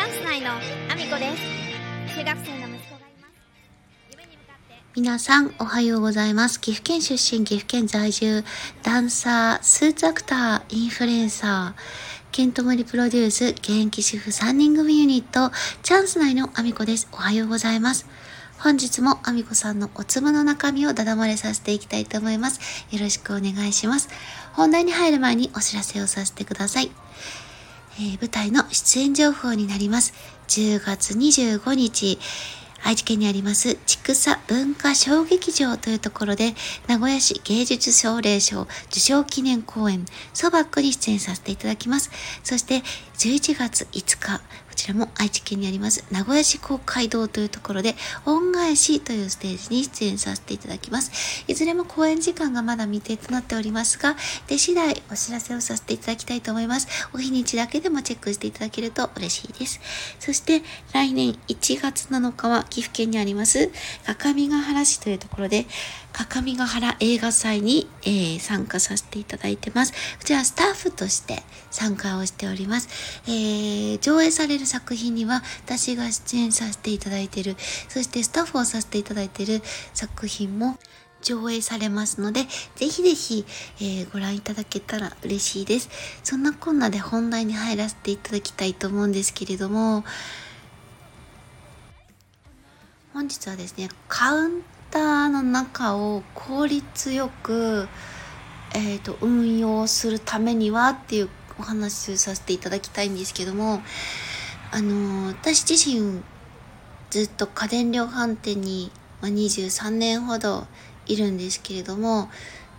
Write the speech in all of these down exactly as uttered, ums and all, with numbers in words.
ャンス内のアミコです。中学生の息子がいます。夢に向かって皆さんおはようございます。岐阜県出身、岐阜県在住、ダンサー、スーツアクター、インフルエンサー、ケントモリプロデュース、現役主婦さんにん組ユニット、チャンス内のアミコです。おはようございます。本日もアミコさんのおつぼの中身をだだ漏れさせていきたいと思います。よろしくお願いします。本題に入る前にお知らせをさせてください。えー、舞台の出演情報になります。じゅうがつにじゅうごにち、愛知県にあります千種文化小劇場というところで名古屋市芸術奨励賞受賞記念公演ソバックに出演させていただきます。そしてじゅういちがついつか、こちらも愛知県にあります名古屋市公会堂というところで恩返しというステージに出演させていただきます。いずれも公演時間がまだ未定となっておりますが、出次第お知らせをさせていただきたいと思います。お日にちだけでもチェックしていただけると嬉しいです。そして来年いちがつなのかは岐阜県にあります各務原市というところで各務原映画祭に、えー、参加させていただいてます。こちらスタッフとして参加をしております。えー、上映される作品には私が出演させていただいている、そしてスタッフをさせていただいている作品も上映されますので、ぜひぜひ、えー、ご覧いただけたら嬉しいです。そんなこんなで本題に入らせていただきたいと思うんですけれども、本日はですね、カウンターの中を効率よく、えーと、運用するためにはっていうお話をさせていただきたいんですけども、あのー、私自身ずっと家電量販店に、まあ、にじゅうさんねんほどいるんですけれども、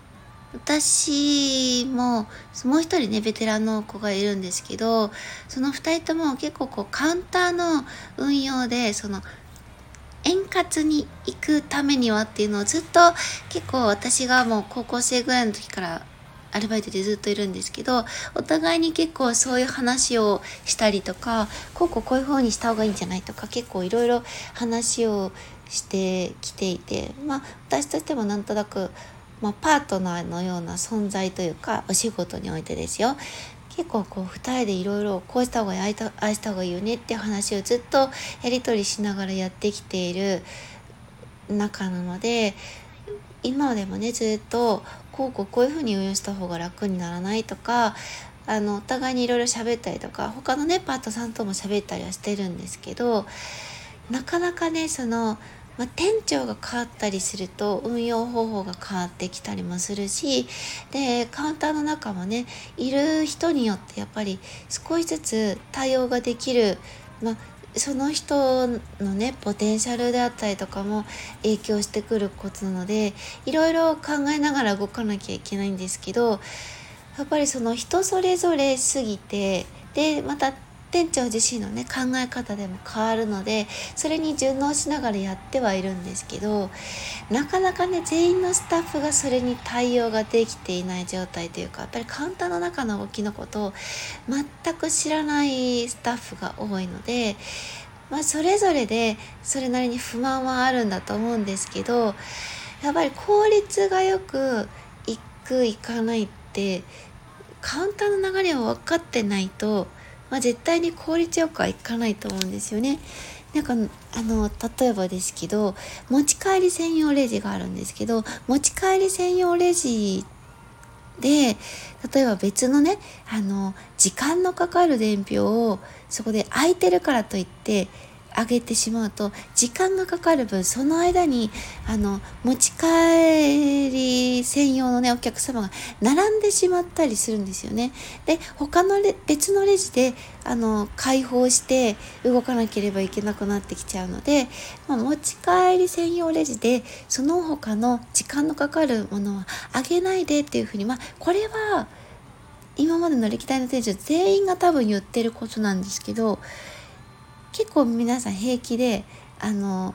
私ももう一人ねベテランの子がいるんですけど、その二人とも結構こうカウンターの運用でその円滑に行くためにはっていうのをずっと結構私がもう高校生ぐらいの時からアルバイトでずっといるんですけど、お互いに結構そういう話をしたりとか、こうこうこういう風にした方がいいんじゃないとか、結構いろいろ話をしてきていて、まあ私としてもなんとなく、まあ、パートナーのような存在というか、お仕事においてですよ、結構こうふたりでいろいろこうした方がいい、ああした方がいいよねっていう話をずっとやり取りしながらやってきている中なので、今でもねずっとこうこうこういうふうに運用した方が楽にならないとか、あのお互いにいろいろ喋ったりとか、他のねパートさんとも喋ったりはしてるんですけど、なかなかねそのまあ、店長が変わったりすると運用方法が変わってきたりもするし、でカウンターの中もねいる人によってやっぱり少しずつ対応ができる、まあ、その人のねポテンシャルであったりとかも影響してくることなので、いろいろ考えながら動かなきゃいけないんですけど、やっぱりその人それぞれすぎて、でまた店長自身のね考え方でも変わるので、それに順応しながらやってはいるんですけど、なかなかね全員のスタッフがそれに対応ができていない状態というか、やっぱりカウンターの中の動きのことを全く知らないスタッフが多いので、まあ、それぞれでそれなりに不満はあるんだと思うんですけど、やっぱり効率がよくいくいかないってカウンターの流れを分かってないと、まあ、絶対に効率よくはいかないと思うんですよね。なんかあの例えばですけど、持ち帰り専用レジがあるんですけど、持ち帰り専用レジで例えば別のねあの時間のかかる伝票をそこで空いてるからといって上げてしまうと、時間がかかる分その間にあの持ち帰り専用のねお客様が並んでしまったりするんですよね。で他のレ別のレジであの開放して動かなければいけなくなってきちゃうので、まあ、持ち帰り専用レジでその他の時間のかかるものは上げないでっていうふうに、まあこれは今までの歴代の店長全員が多分言ってることなんですけど、結構皆さん平気であの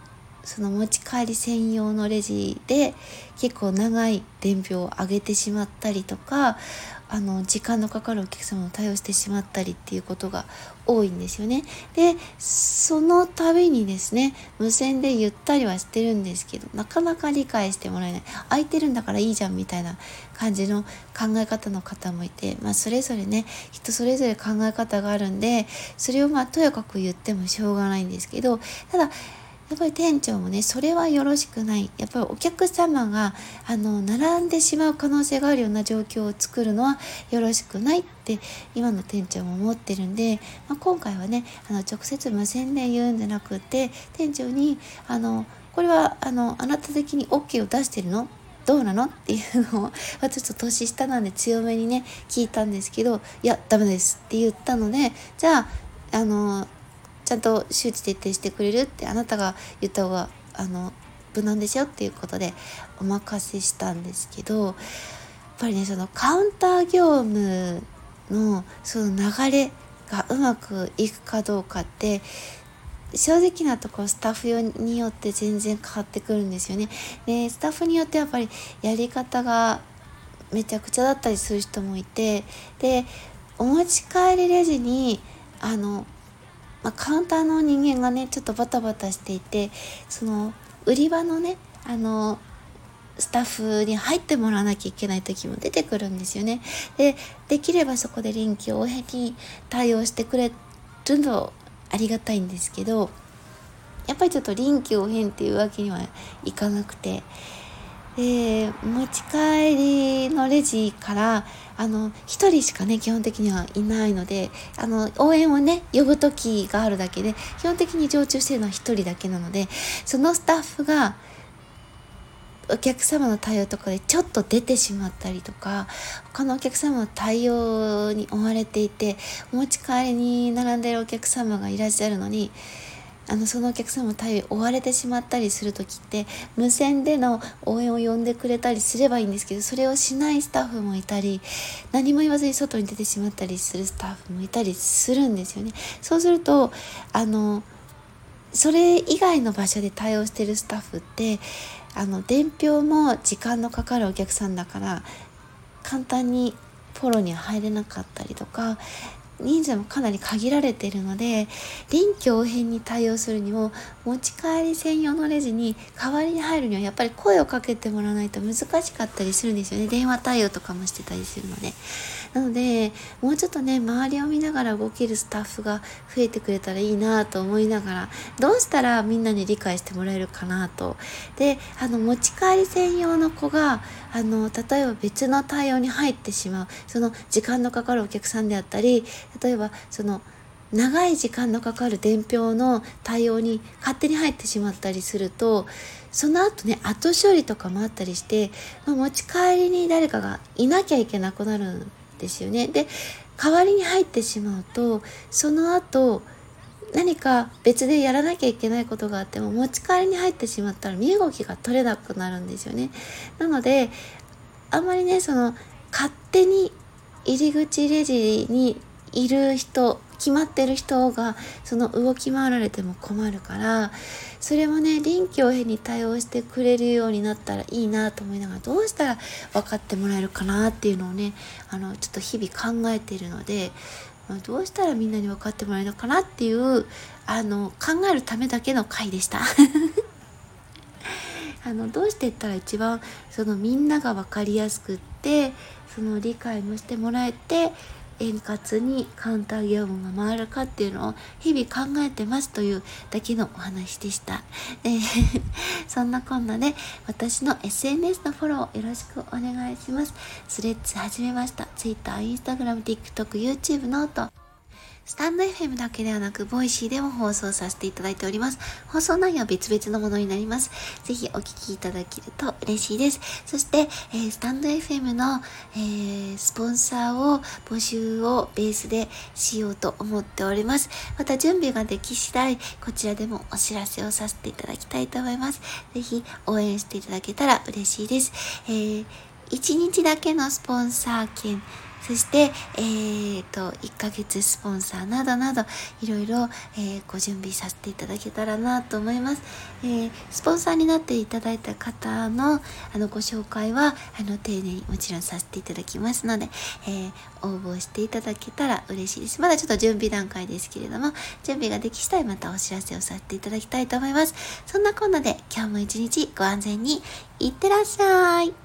その持ち帰り専用のレジで結構長い伝票を上げてしまったりとか、あの時間のかかるお客様を対応してしまったりっていうことが多いんですよね。でその度にですね、無線で言ったりはしてるんですけど、なかなか理解してもらえない。空いてるんだからいいじゃんみたいな感じの考え方の方もいて、まあそれぞれね、人それぞれ考え方があるんで、それをまあとやかく言ってもしょうがないんですけど、ただやっぱり店長もね、それはよろしくない。やっぱりお客様があの並んでしまう可能性があるような状況を作るのはよろしくないって今の店長も思ってるんで、まあ、今回はね、あの直接無線で言うんじゃなくて、店長にあのこれはあのあなた的に OK を出してるの？どうなのっていうのをちょっと年下なんで強めにね聞いたんですけど、いやダメですって言ったので、じゃああのちゃんと周知徹底してくれるって、あなたが言った方があの無難でしょっていうことでお任せしたんですけど、やっぱりね、そのカウンター業務のその流れがうまくいくかどうかって正直なところスタッフによって全然変わってくるんですよね。でスタッフによってやっぱりやり方がめちゃくちゃだったりする人もいて、でお持ち帰りレジにあのまあ、カウンターの人間がねちょっとバタバタしていて、その売り場のねあのスタッフに入ってもらわなきゃいけない時も出てくるんですよね。でできればそこで臨機応変に対応してくれるとありがたいんですけど、やっぱりちょっと臨機応変っていうわけにはいかなくて、で持ち帰りのレジからあの一人しかね基本的にはいないので、あの応援をね呼ぶ時があるだけで、基本的に常駐してるのは一人だけなので、そのスタッフがお客様の対応とかでちょっと出てしまったりとか、他のお客様の対応に追われていて、お持ち帰りに並んでいるお客様がいらっしゃるのに、あのそのお客様の対応に追われてしまったりするときって、無線での応援を呼んでくれたりすればいいんですけど、それをしないスタッフもいたり、何も言わずに外に出てしまったりするスタッフもいたりするんですよね。そうするとあのそれ以外の場所で対応しているスタッフって、あの伝票も時間のかかるお客さんだから簡単にフォローには入れなかったりとか、人数もかなり限られているので、臨機応変に対応するにも持ち帰り専用のレジに代わりに入るにはやっぱり声をかけてもらわないと難しかったりするんですよね。電話対応とかもしてたりするので。なのでもうちょっとね周りを見ながら動けるスタッフが増えてくれたらいいなと思いながら、どうしたらみんなに理解してもらえるかなと。であの持ち帰り専用の子があの例えば別の対応に入ってしまう、その時間のかかるお客さんであったり、例えばその長い時間のかかる伝票の対応に勝手に入ってしまったりすると、その後ね後処理とかもあったりして、持ち帰りに誰かがいなきゃいけなくなるんですよね。で代わりに入ってしまうと、その後何か別でやらなきゃいけないことがあっても持ち帰りに入ってしまったら身動きが取れなくなるんですよね。なのであんまりねその勝手に入り口レジにいる人、決まってる人がその動き回られても困るから、それもね臨機応変に対応してくれるようになったらいいなと思いながら、どうしたら分かってもらえるかなっていうのをねあのちょっと日々考えているので、どうしたらみんなに分かってもらえるのかなっていうあの考えるためだけの回でしたあのどうしていったら一番そのみんなが分かりやすくって、その理解もしてもらえて円滑にカウンター業務が回るかっていうのを日々考えてますというだけのお話でした。でそんなこんなで私の エスエヌエス のフォローよろしくお願いします。スレッズ始めました。Twitter、Instagram、TikTok、YouTube、ノート、スタンド エフエム だけではなく、ボイシーでも放送させていただいております。放送内容は別々のものになります。ぜひお聞きいただけると嬉しいです。そして、えー、スタンド エフエム の、えー、スポンサーを募集をベースでしようと思っております。また準備ができ次第、こちらでもお知らせをさせていただきたいと思います。ぜひ応援していただけたら嬉しいです。えー、いちにちだけのスポンサー券そして、えーと、いっかげつスポンサーなどなど、いろいろ、えー、ご準備させていただけたらなと思います。えー、スポンサーになっていただいた方の、あの、ご紹介は、あの、丁寧にもちろんさせていただきますので、えー、応募していただけたら嬉しいです。まだちょっと準備段階ですけれども、準備ができ次第またお知らせをさせていただきたいと思います。そんなこんなで、今日も一日ご安全にいってらっしゃい。